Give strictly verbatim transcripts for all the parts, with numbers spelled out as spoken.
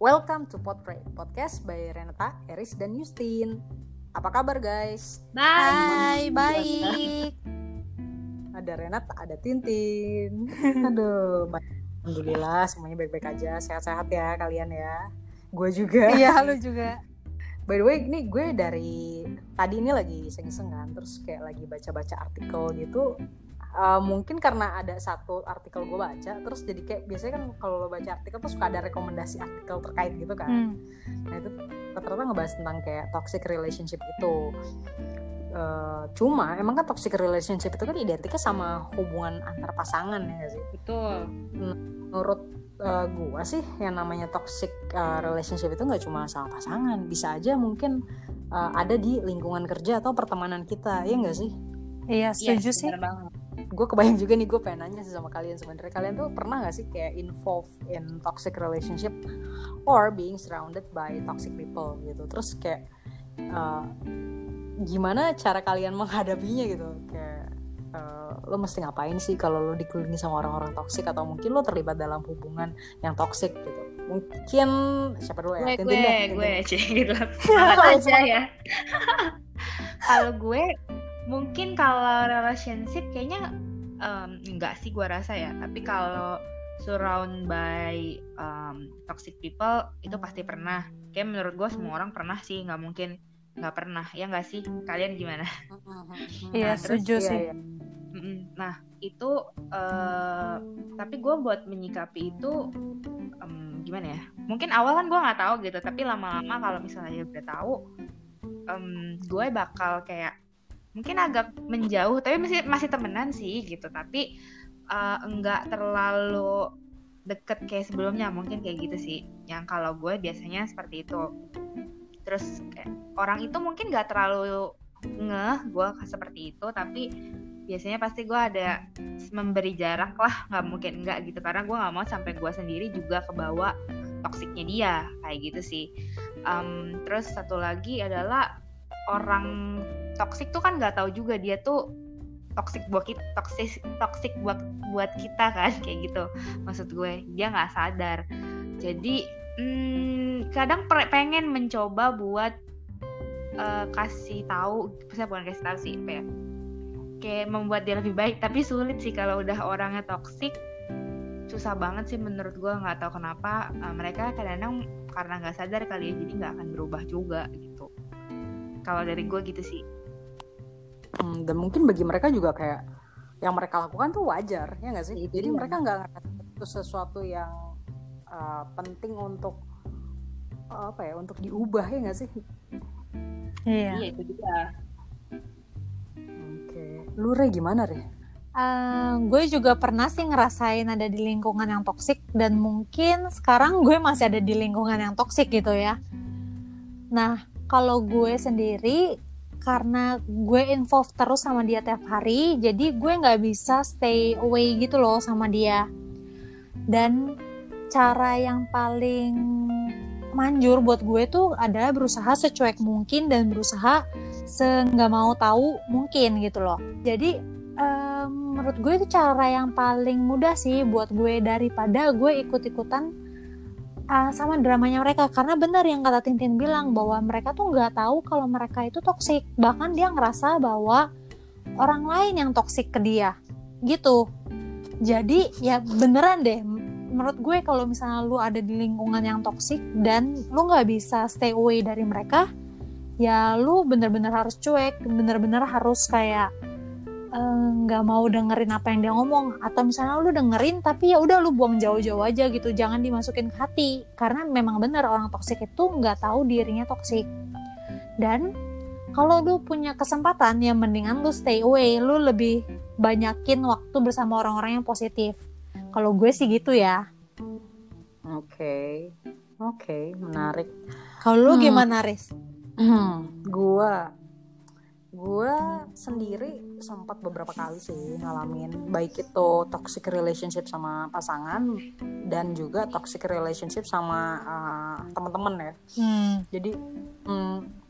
Welcome to Potpray, podcast by Renata, Eris, dan Justin. Apa kabar guys? Bye, baik. Ada Renata, ada Tintin. Aduh, alhamdulillah semuanya baik-baik aja, sehat-sehat ya kalian ya. Gue juga. Iya, lu juga. By the way, ini gue dari tadi ini lagi iseng-iseng kan, terus kayak lagi baca-baca artikel gitu. Uh, mungkin karena ada satu artikel gue baca, terus jadi kayak biasanya kan kalau lo baca artikel tuh suka ada rekomendasi artikel terkait gitu kan. Hmm. Nah itu ternyata ngebahas tentang kayak toxic relationship itu. Uh, cuma emang kan toxic relationship itu kan identiknya sama hubungan antar pasangan ya gak sih? Betul. Menurut uh, gue sih yang namanya toxic uh, relationship itu nggak cuma sama pasangan, bisa aja mungkin uh, ada di lingkungan kerja atau pertemanan kita, ya nggak sih? Iya, setuju ya, sih. Gue kebayang juga nih, gue pengen nanya sih sama kalian sebenarnya, kalian tuh pernah nggak sih kayak involved in toxic relationship or being surrounded by toxic people gitu? Terus kayak uh, gimana cara kalian menghadapinya gitu? Kayak uh, lo mesti ngapain sih kalau lo dikelilingi sama orang-orang toxic, atau mungkin lo terlibat dalam hubungan yang toxic gitu? Mungkin siapa dulu ya? Gue, Tintin gue, deh, gue, cie gitu. Semangat aja ya. Kalau gue, mungkin kalau relationship kayaknya um, enggak sih gue rasa ya. Tapi kalau surround by um, toxic people itu pasti pernah. Kayak menurut gue semua orang pernah sih, nggak mungkin nggak pernah. Ya nggak sih? Kalian gimana? Iya, nah, setuju sih. Iya, iya. Nah itu uh, tapi gue buat menyikapi itu um, gimana ya? Mungkin awal kan gue nggak tahu gitu, tapi lama-lama kalau misalnya udah tahu, um, gue bakal kayak mungkin agak menjauh, tapi masih masih temenan sih gitu, tapi uh, enggak terlalu deket kayak sebelumnya, mungkin kayak gitu sih. Yang kalau gue biasanya seperti itu. Terus kayak, orang itu mungkin nggak terlalu ngeh gue seperti itu, tapi biasanya pasti gue ada memberi jarak lah, nggak mungkin enggak gitu, karena gue nggak mau sampai gue sendiri juga kebawa toksiknya dia kayak gitu sih. Um, terus satu lagi adalah orang toksik tuh kan nggak tahu juga dia tuh toksik buat kita, toksik toksik buat buat kita kan, kayak gitu. Maksud gue dia nggak sadar. Jadi hmm, kadang pengen mencoba buat uh, kasih tahu, saya bukan kasih tahu sih, apa ya? Kayak membuat dia lebih baik, tapi sulit sih kalau udah orangnya toksik. Susah banget sih menurut gue, nggak tahu kenapa uh, mereka kadang-kadang karena nggak sadar kali ya, jadi nggak akan berubah juga gitu. Kalau dari gue gitu sih. Hmm, dan mungkin bagi mereka juga kayak yang mereka lakukan tuh wajar, ya nggak sih? Itu jadi ya. Mereka nggak ngerasa itu sesuatu yang uh, penting untuk uh, apa ya? Untuk diubah, ya nggak sih? Iya. Iya itu juga. Oke, lu Re gimana Re? Uh, gue juga pernah sih ngerasain ada di lingkungan yang toksik, dan mungkin sekarang gue masih ada di lingkungan yang toksik gitu ya. Nah, kalau gue sendiri, karena gue involved terus sama dia tiap hari, jadi gue nggak bisa stay away gitu loh sama dia. Dan cara yang paling manjur buat gue tuh adalah berusaha secuek mungkin dan berusaha se-nggak mau tahu mungkin gitu loh. Jadi um, menurut gue itu cara yang paling mudah sih buat gue, daripada gue ikut-ikutan Uh, sama dramanya mereka. Karena benar yang kata Tintin bilang, bahwa mereka tuh nggak tahu kalau mereka itu toksik, bahkan dia ngerasa bahwa orang lain yang toksik ke dia gitu. Jadi ya beneran deh, menurut gue kalau misalnya lu ada di lingkungan yang toksik dan lu nggak bisa stay away dari mereka, ya lu bener-bener harus cuek, bener-bener harus kayak nggak uh, mau dengerin apa yang dia ngomong, atau misalnya lu dengerin tapi ya udah lu buang jauh-jauh aja gitu, jangan dimasukin ke hati, karena memang benar orang toksik itu nggak tahu dirinya toksik. Dan kalau lu punya kesempatan ya mendingan lu stay away, lu lebih banyakin waktu bersama orang-orang yang positif. Kalau gue sih gitu ya. Oke, okay. oke, okay, menarik. Kalau lu hmm. gimana Riz? Hmm, gue gue sendiri sempat beberapa kali sih ngalamin, baik itu toxic relationship sama pasangan dan juga toxic relationship sama uh, teman-teman ya. Hmm. Jadi hmm,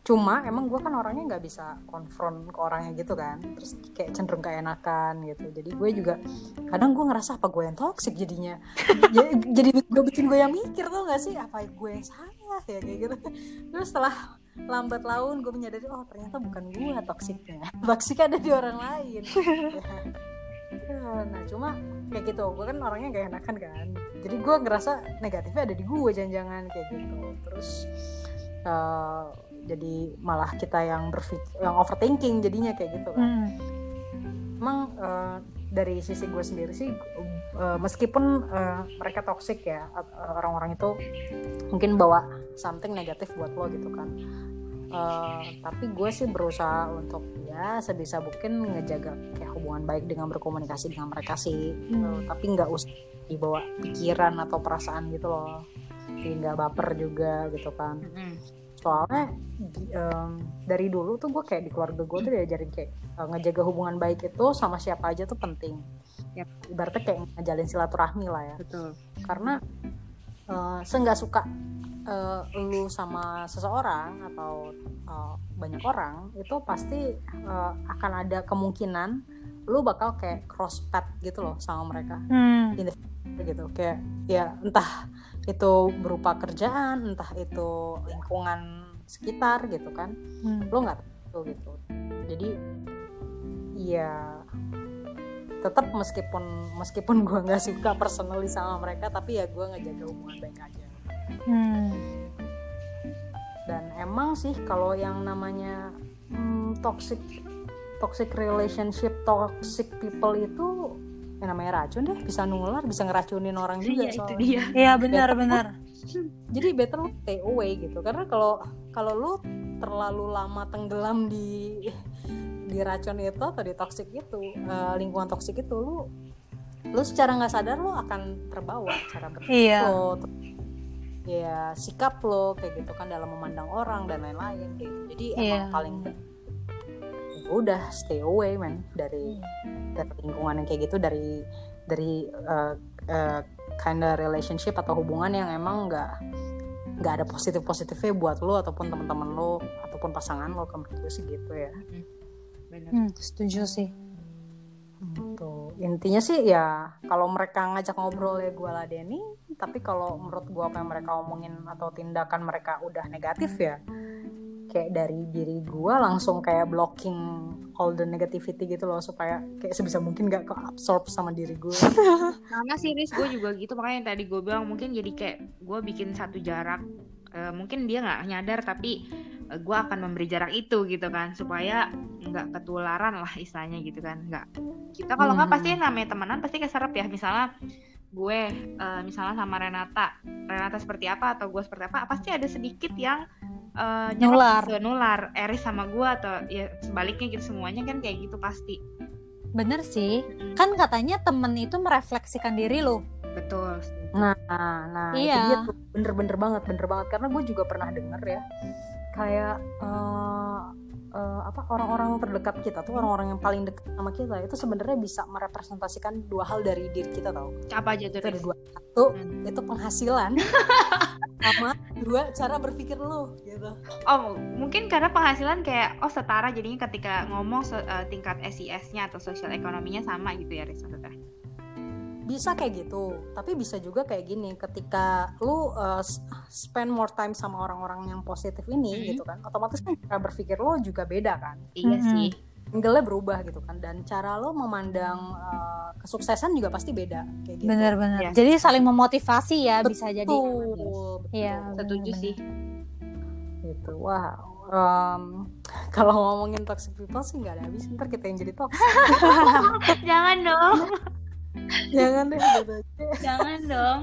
Cuma emang gue kan orangnya nggak bisa konfront ke orangnya gitu kan, terus kayak cenderung gak enakan gitu. Jadi gue juga kadang gue ngerasa apa gue yang toxic jadinya. jadi, jadi gue bikin gue yang mikir tuh nggak sih, apa gue yang salah ya kayak gitu. Terus setelah lambat laun gue menyadari, oh ternyata bukan gue toksiknya, toksik ada di orang lain. Ya. Nah cuma kayak gitu, gue kan orangnya gak enakan kan, jadi gue ngerasa negatifnya ada di gue jangan-jangan kayak gitu. Terus uh, jadi malah kita yang berpikir, yang overthinking jadinya kayak gitu kan. Hmm. Emang uh, dari sisi gue sendiri sih, uh, meskipun uh, mereka toxic ya, uh, orang-orang itu mungkin bawa something negatif buat lo gitu kan, uh, tapi gue sih berusaha untuk ya sebisa mungkin ngejaga kayak hubungan baik dengan berkomunikasi dengan mereka sih. Hmm. Uh, tapi nggak usah dibawa pikiran atau perasaan gitu loh, jadi nggak baper juga gitu kan. Hmm. Soalnya um, dari dulu tuh gue kayak di keluarga gue tuh diajarin kayak uh, ngejaga hubungan baik itu sama siapa aja tuh penting. Yep. Ibaratnya kayak ngejalin silaturahmi lah ya. Betul. Karena uh, seenggak suka uh, lu sama seseorang atau uh, banyak orang itu pasti uh, akan ada kemungkinan lu bakal kayak cross path gitu loh sama mereka. Hmm. Gitu kayak ya entah itu berupa kerjaan, entah itu lingkungan sekitar gitu kan. Hmm. Lo nggak tahu gitu. Jadi ya tetap meskipun meskipun gue nggak suka personally sama mereka, tapi ya gue ngejaga hubungan baik aja. Hmm. Dan emang sih kalau yang namanya hmm, toxic toxic relationship, toxic people itu yang namanya racun deh, bisa nular, bisa ngeracunin orang juga. Iya, itu dia. Iya, benar-benar. Jadi better lu stay away gitu. Karena kalau kalau lu terlalu lama tenggelam di di racun itu atau di toxic itu, uh, lingkungan toxic itu, lu lu secara nggak sadar lu akan terbawa cara berpikir iya. lo, ya sikap lo kayak gitu kan dalam memandang orang dan lain-lain gitu. Jadi iya. emang paling udah stay away man dari dari lingkungan yang kayak gitu, dari dari uh, uh, kind of relationship atau hubungan yang emang nggak nggak ada positif positifnya buat lo ataupun teman-teman lo ataupun pasangan lo, menurut gue sih gitu ya. Benar. Hmm, setuju sih. Tuh intinya sih ya kalau mereka ngajak ngobrol ya gue ladeni, tapi kalau menurut gue apa yang mereka omongin atau tindakan mereka udah negatif ya kayak dari diri gue langsung kayak blocking all the negativity gitu loh, supaya kayak sebisa mungkin gak ke-absorb sama diri gue. Karena sih Riz, gue juga gitu, makanya yang tadi gue bilang mungkin jadi kayak gue bikin satu jarak, uh, mungkin dia gak nyadar tapi uh, gue akan memberi jarak itu gitu kan, supaya gak ketularan lah istilahnya gitu kan. Gak, kita kalau hmm. gak pasti namanya temenan pasti keserap ya, misalnya gue uh, misalnya sama Renata Renata seperti apa atau gue seperti apa, pasti ada sedikit yang Uh, nular gitu, nular Eris sama gue atau ya sebaliknya gitu, semuanya kan kayak gitu pasti. Bener sih, mm-hmm. kan katanya temen itu merefleksikan diri lo. Betul. Nah, nah iya. itu dia tuh bener-bener banget, bener banget karena gue juga pernah denger ya kayak uh, uh, apa orang-orang terdekat kita tuh, orang-orang yang paling dekat sama kita itu sebenarnya bisa merepresentasikan dua hal dari diri kita tau. Apa aja tuh? Itu ada dua. Satu hmm. itu penghasilan. Sama dua cara berpikir lo gitu. Oh mungkin karena penghasilan kayak oh setara, jadinya ketika ngomong uh, tingkat S I S-nya atau sosial ekonominya sama gitu ya Riz, maksudnya. Bisa kayak gitu, tapi bisa juga kayak gini, ketika lu uh, spend more time sama orang-orang yang positif ini hmm. gitu kan, otomatis kan cara berpikir lo juga beda kan. Iya hmm. sih, angle-nya berubah gitu kan, dan cara lo memandang uh, kesuksesan juga pasti beda kayak gitu. Benar-benar. Ya. Jadi saling memotivasi ya, betul, bisa jadi. Betul. Iya, setuju sih. Gitu. Wah, um, kalau ngomongin toxic people sih nggak ada habis. Ntar kita yang jadi toxic. Jangan dong. Jangan deh gitu. Jangan dong.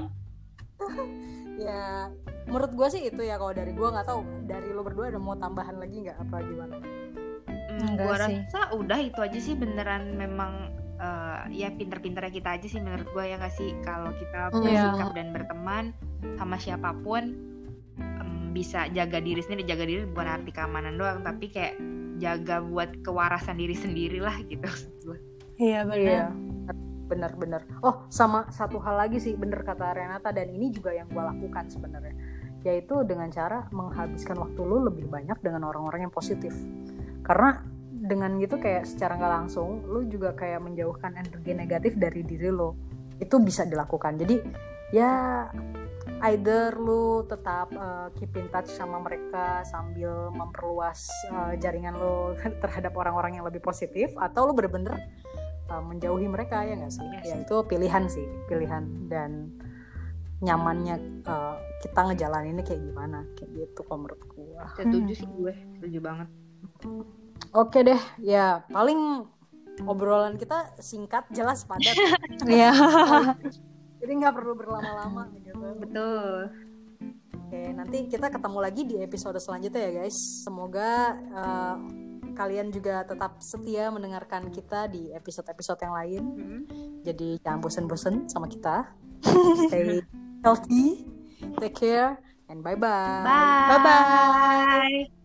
Ya, menurut gue sih itu ya, kalau dari gue nggak tahu dari lo berdua ada mau tambahan lagi nggak apa gimana? Hmm, gue rasa udah itu aja sih, beneran memang uh, ya pinter-pinternya kita aja sih menurut gue ya nggak sih, kalau kita bersikap yeah. dan berteman sama siapapun um, bisa jaga diri sendiri. Jaga diri bukan arti keamanan doang, tapi kayak jaga buat kewarasan diri sendiri lah gitu. Iya benar. Benar-benar. Oh sama satu hal lagi sih, bener kata Renata, dan ini juga yang gue lakukan sebenarnya. yaitu dengan cara menghabiskan waktu lu lebih banyak dengan orang-orang yang positif. Karena dengan gitu kayak secara nggak langsung lu juga kayak menjauhkan energi negatif dari diri lo. Itu bisa dilakukan. Jadi ya either lu tetap uh, keep in touch sama mereka sambil memperluas uh, jaringan lo terhadap orang-orang yang lebih positif, atau lu bener-bener uh, menjauhi mereka, ya nggak sih? Ya itu pilihan sih, pilihan dan nyamannya uh, kita ngejalaninnya kayak gimana, kayak gitu kalau menurut gue. Setuju sih gue, setuju banget. Oke deh, ya paling obrolan kita singkat, jelas, padat. Iya. Jadi nggak perlu berlama-lama gitu. Betul. Oke, nanti kita ketemu lagi di episode selanjutnya ya guys. Semoga uh, kalian juga tetap setia mendengarkan kita di episode-episode yang lain. Hmm. Jadi jangan bosen-bosen sama kita. Stay healthy, take care, and bye-bye. Bye. Bye-bye.